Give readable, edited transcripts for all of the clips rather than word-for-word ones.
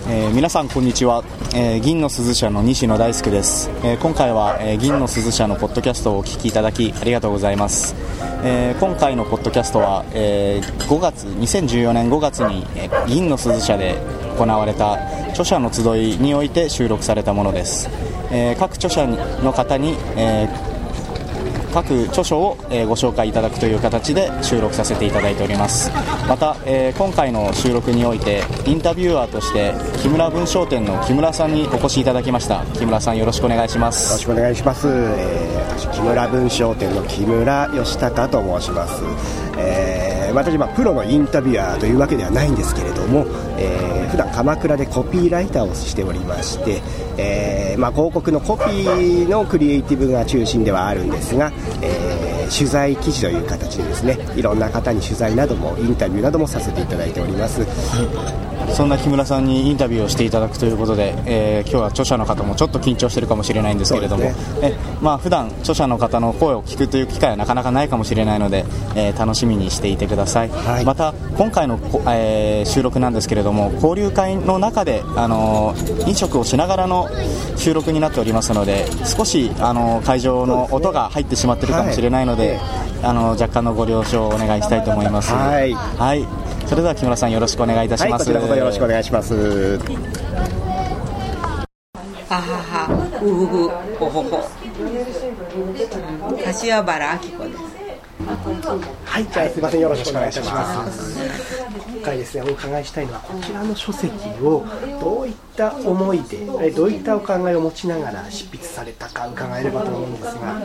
皆さんこんにちは、銀の鈴社の西野大輔です。今回は、銀の鈴社のポッドキャストをお聞きいただきありがとうございます。今回のポッドキャストは、2014年5月に、銀の鈴社で行われた著者の集いにおいて収録されたものです。各著者の方に、各著書をご紹介いただくという形で収録させていただいております。また、今回の収録においてインタビュアーとして木村文商店の木村さんにお越しいただきました。木村さん、よろしくお願いします。 よろしくお願いします。私木村文商店の木村義孝と申します。私プロのインタビュアーというわけではないんですけれども、普段鎌倉でコピーライターをしておりまして、広告のコピーのクリエイティブが中心ではあるんですが、取材記事という形でですね、いろんな方に取材などもインタビューなどもさせていただいております。 そんな木村さんにインタビューをしていただくということで、今日は著者の方もちょっと緊張しているかもしれないんですけれども、普段著者の方の声を聞くという機会はなかなかないかもしれないので、楽しみにしていてください。はい、また今回の、収録なんですけれども、交流会の中で飲食をしながらの収録になっておりますので、少し会場の音が入ってしまっているかもしれないので、若干のご了承をお願いしたいと思います。はい、はい、それでは木村さん、よろしくお願いいたします。 はい、こちらこそよろしくお願いします。 あはは、うふふ、ほほほ。柏原明子です。 はい、じゃあすいません、よろしくお願いします。今回ですね、お伺いしたいのはこちらの書籍をどういった思いで、どういったお考えを持ちながら執筆されたか伺えればと思うんですが。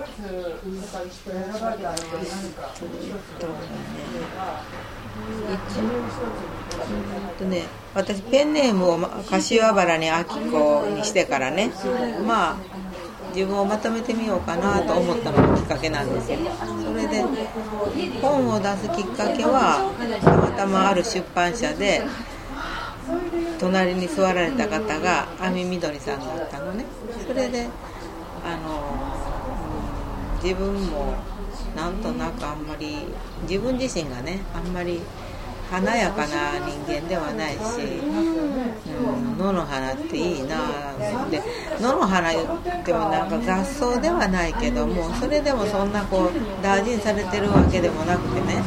私ペンネームを柏原に明子にしてからね、自分をまとめてみようかなと思ったのがきっかけなんですよ。それで本を出すきっかけはたまたまある出版社で隣に座られた方が阿見みどりさんだったのね。それで自分もなんとなくあんまり自分自身がね、あんまり華やかな人間ではないし、野の花っていいなで、野の花言ってもなんか雑草ではないけども、それでもそんな大事にされてるわけでもなくてね、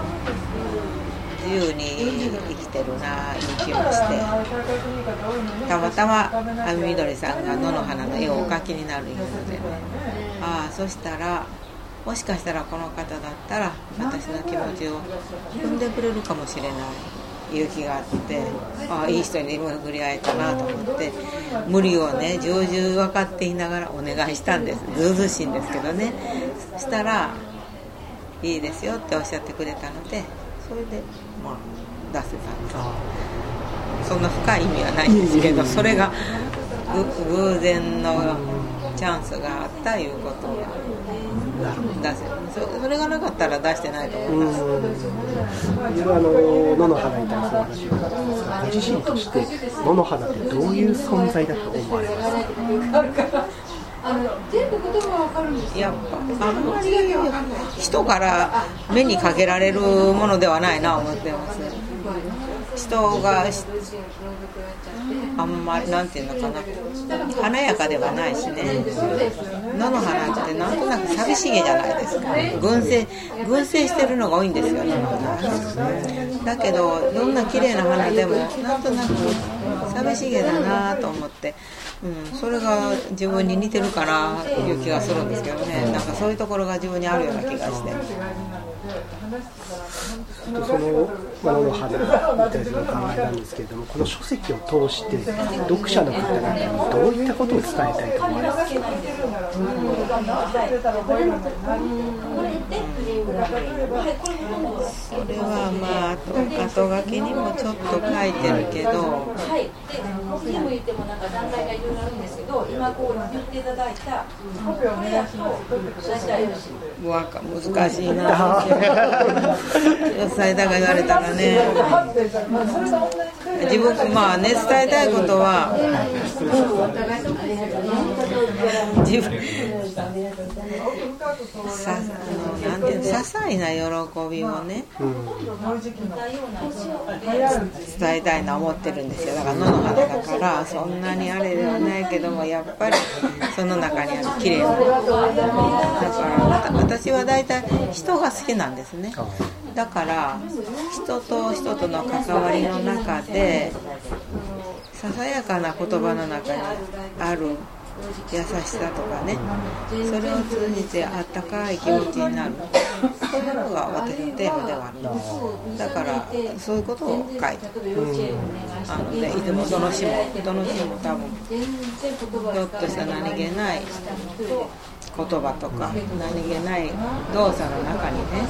自由に生きてるないう気もして、たまたま阿見みどりさんが野の花の絵をお描きになるので、そしたらもしかしたらこの方だったら私の気持ちを汲んでくれるかもしれない勇気があって、いい人に巡り会えたなと思って、無理をね重々分かっていながらお願いしたんです。ずうずうしいんですけどね。そしたらいいですよっておっしゃってくれたので、それで出せたんです。そんな深い意味はないんですけど、それが偶然のチャンスがあったいうことが出せ、それがなかったら出してないと思います。 野の花に対する話を伺ったんですが、ご自身として野の花ってどういう存在だと思われますか？ やっぱあんまり人から目にかけられるものではないなと思ってます。人があんまりなんていうのかな、華やかではないしね。野の花ってなんとなく寂しげじゃないですか。群生してるのが多いんですよ、野の花。だけどどんな綺麗な花でもなんとなく寂しげだなと思って、それが自分に似てるかなという気がするんですけどね。なんかそういうところが自分にあるような気がして。 その野の花に対するお考えなんですけれども、この書籍を通して読者の方々にどういったことを伝えたいと思いますか？ それは後書きにもちょっと書いてるけど、難しいな伝えたが言われたらね、自分伝えたいことは自分なんていう些細な喜びをね、伝えたいな思ってるんですよ。だから野の花だからそんなにあれではないけども、やっぱりその中にある綺麗な、だから私は大体人が好きなんですね。だから人と人との関わりの中でささやかな言葉の中にある優しさとかね、それを通じてあったかい気持ちになる、そういうのが私のテーマではある。だからそういうことを書いてで、いつもどの詩も多分ひょっとした何気ない言葉とか何気ない動作の中にね、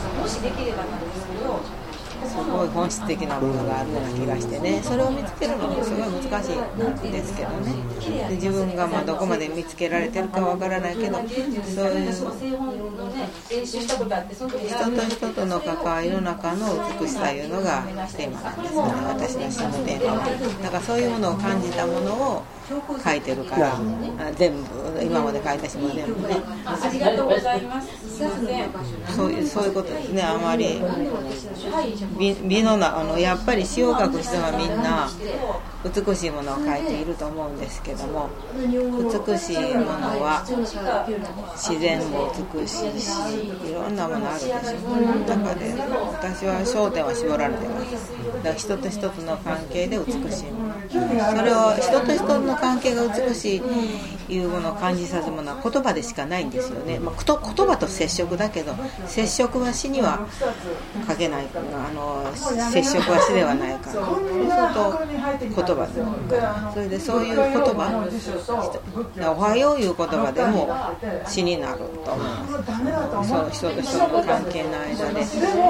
すごい本質的なものがあるような気がしてね、それを見つけるのもすごい難しいんですけどね。で自分がどこまで見つけられてるかわからないけど、そういう人と人との関わりの中の美しさいうのがテーマなんですよね、私の詩のテーマは。だからそういうものを感じたものを書いてるから、全部今まで書いた詩も全部ね、 ありがとうございます。 そういうことですね。あまり美のやっぱり詩を書く人はみんな美しいものを書いていると思うんですけども、美しいものは自然も美しいし、いろんなものあるでしょう。中で私は焦点は絞られてます。だから人と人との関係で美しいもの、それを人と人の関係が美しいいうものを感じさせるものは言葉でしかないんですよね。言葉と接触だけど、接触は詩には書けない、接触は詩ではないから、そうすると言葉で、それでそういう言葉、おはよういう言葉でも詩になると思います。その人と人の関係の間で、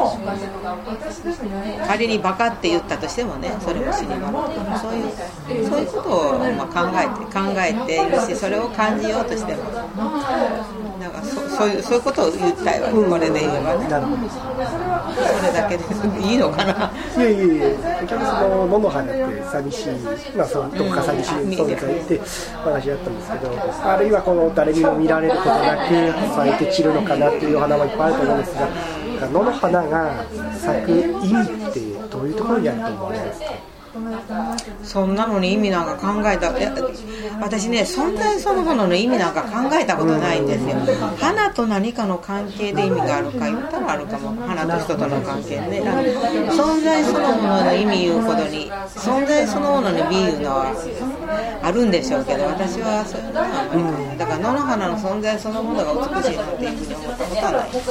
仮にバカって言ったとしてもね、それも詩になる。そういうことを考えているし、それを感じようとしても、なんかそういうことを言いたいわけ、これで言えばね。それだけでいいのかな。 いや結局その野の花って寂しい、どこか寂しい存在って話だったんですけど、あるいはこの誰にも見られることなく咲いて散るのかなっていうお花もいっぱいあると思うんですが、野の花が咲く意味ってどういうところにあると思いますか？ そんなのに意味なんか考えた、私ね、存在そのものの意味なんか考えたことないんですよ。花と何かの関係で意味があるか言ったらあるかも。花と人との関係ね、存在そのものの意味言うほどに存在そのものに美いうのはあるんでしょうけど、私はそういうのはあんまり考え、だから野の花の存在そのものが美しいなんていうふうに思ったことはないです。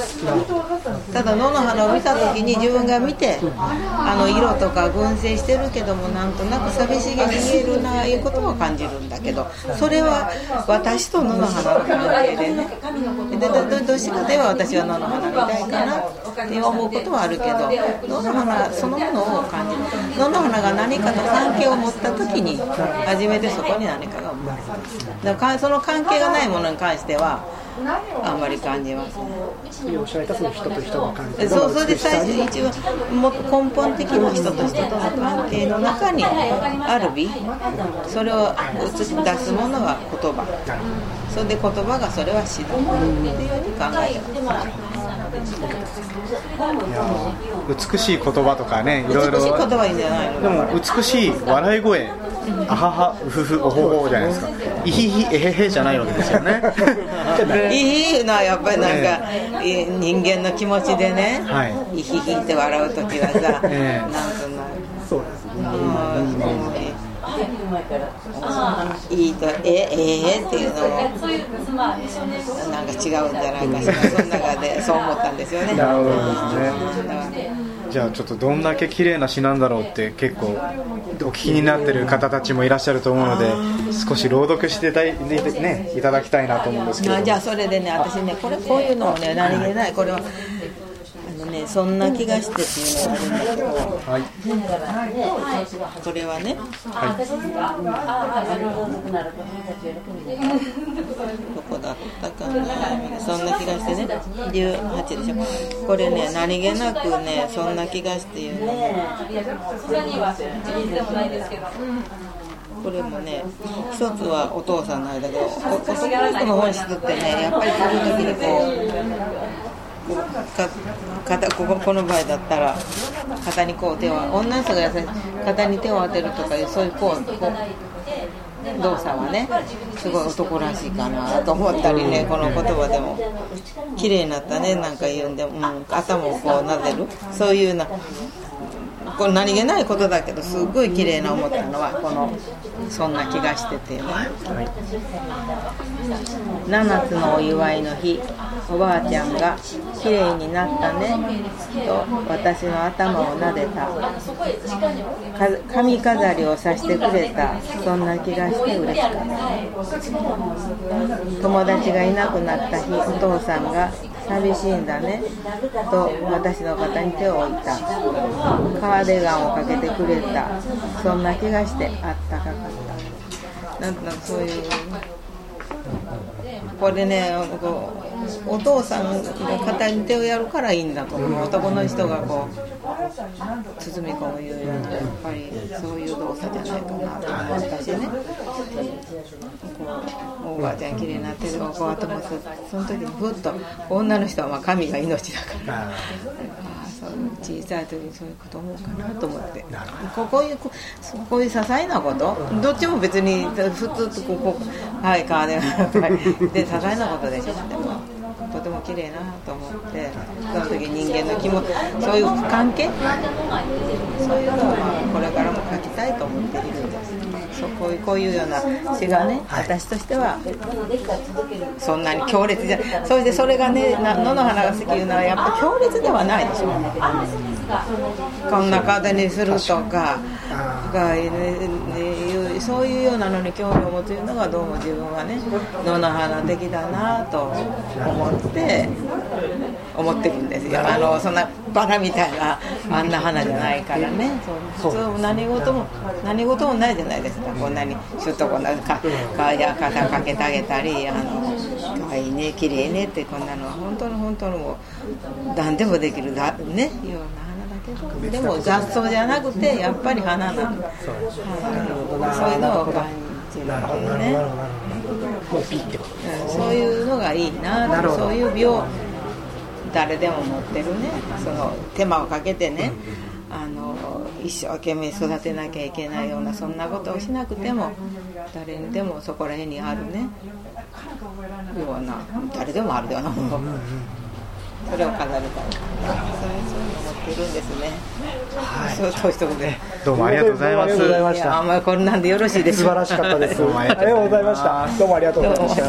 ただ野の花を見た時に自分が見て、色とか群生してるけどもなんとなく寂しげに見えるないうことを感じるんだけど、それは私と野の花の関係でね、でどうしてかといえば私は野の花みたいかなって思うことはあるけど、野の花そのものを感じる。野の花が何かと関係を持った時に初めてそこに何かが生まれます。だからその関係がないものに関してはあんまり感じますね。 おっしゃられたその人と人の関係、 それで最初一番もっと根本的な人と人との関係の中にある美、それを映し出すものが言葉、それで言葉がそれは詩だっていうふうに考えてます。 いや美しい言葉とかね、いろいろ美しい言葉いいんじゃないの。 でも美しい笑い声、あははうふふおほほじゃないですか。いひひえへへじゃないわけですよね。 いいのはやっぱりなんか、人間の気持ちでね、いひひって笑うときはさ、なんとなくそうですね、 いいとっていうのもなんか違うんじゃないかしら。その中でそう思ったんですよね。 なるほどですね。じゃあちょっとどんだけ綺麗な詩なんだろうって結構お聞きになってる方たちもいらっしゃると思うので、少し朗読していただきたいなと思うんですけど。 じゃあそれでね、私ね、こういうのをね、何気ない、これはそんな気がしてっていうのがあるんだけど、 はい、 これはね、どこだったかな、そんな気がしてね、18でしょ。これね、何気なくね、そんな気がして言うね。 これもね、一つはお父さんの間で、男の人の本質ってね、やっぱり来る時にこの場合だったら肩にこう手を、女の人が優しい肩に手を当てるとかいうそういう動作はね、すごい男らしいかなと思ったりね、この言葉でも綺麗になったねなんか言うんで、頭をこうなでる、そういうようなこれ何気ないことだけどすごい綺麗な思ったのはそんな気がしててね、7つのお祝いの日、おばあちゃんが綺麗になったねと私の頭を撫でた、髪飾りをさしてくれた、そんな気がして嬉しかった。友達がいなくなった日、お父さんが寂しいんだねと私の肩に手を置いた、カーディガンをかけてくれた、そんな気がしてあったかかった。なんとなくそういうこれね、お父さんが肩に手をやるからいいんだと思う。男の人がこう包み込むいうような、やっぱりそういう動作じゃないかなと思ったしね、おばあちゃん綺麗になってるおばあともその時にふっと、女の人は髪が命だから小さい時にそういうこと思うかなと思って、こういう些細なこと、どっちも別に普通とはいカーディで些細なことでしょ。でもとても綺麗なと思って、その時人間の気もそういう関係、そういうのをこれからも書きたいと思っているんです。こういうような詩がね、私としてはそんなに強烈じゃ、そしてそれがね、野の花が好きいうのはやっぱ強烈ではないでしょ。こんな体にするとかそういうようなのに興味を持つのがどうも自分はね、野の花的だなと思ってるんですよ。そんなバラみたいなあんな花じゃないからね。普通何事もないじゃないですか。こんなにシュッとこんな肩かけてあげたり、可愛いね綺麗ねって、こんなのは本当のもう何でもできるねような花だけど、でも雑草じゃなくてやっぱり花なの。そういうのを感じるわけね。そういうのがいいな、そういう美を誰でも持ってるね。その手間をかけてね、一生懸命育てなきゃいけないようなそんなことをしなくても、誰にでもそこら辺にあるねような、誰でもあるようなもの、それを飾りたい、そういうのを持ってるんですね。そういうとこでどうもありがとうございます。 いや、まあこんなんでよろしいです。 素晴らしかったです。ありがとうございました。どうもありがとうございました。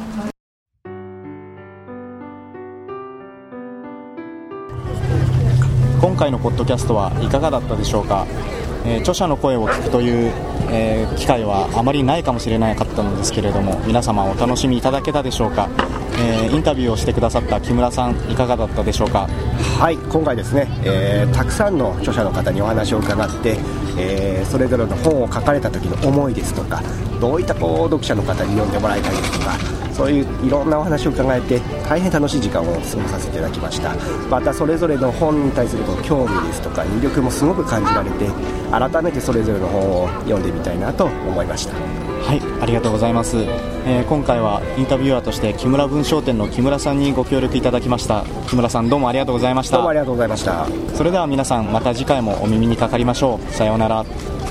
今回のポッドキャストはいかがだったでしょうか。著者の声を聞くという、機会はあまりないかもしれなかったのですけれども、皆様お楽しみいただけたでしょうか。インタビューをしてくださった木村さん、いかがだったでしょうか。 はい、今回ですね、たくさんの著者の方にお話を伺って、それぞれの本を書かれた時の思いですとか、どういった読者の方に読んでもらいたいですとか、そういういろんなお話を伺えて大変楽しい時間を過ごさせていただきました。またそれぞれの本に対する興味ですとか魅力もすごく感じられて、改めてそれぞれの本を読んでみたいなと思いました。 はい、ありがとうございます。今回はインタビュアーとして木村文商店の木村さんにご協力いただきました。木村さん、どうもありがとうございました。 どうもありがとうございました。 それでは皆さん、また次回もお耳にかかりましょう。さようなら。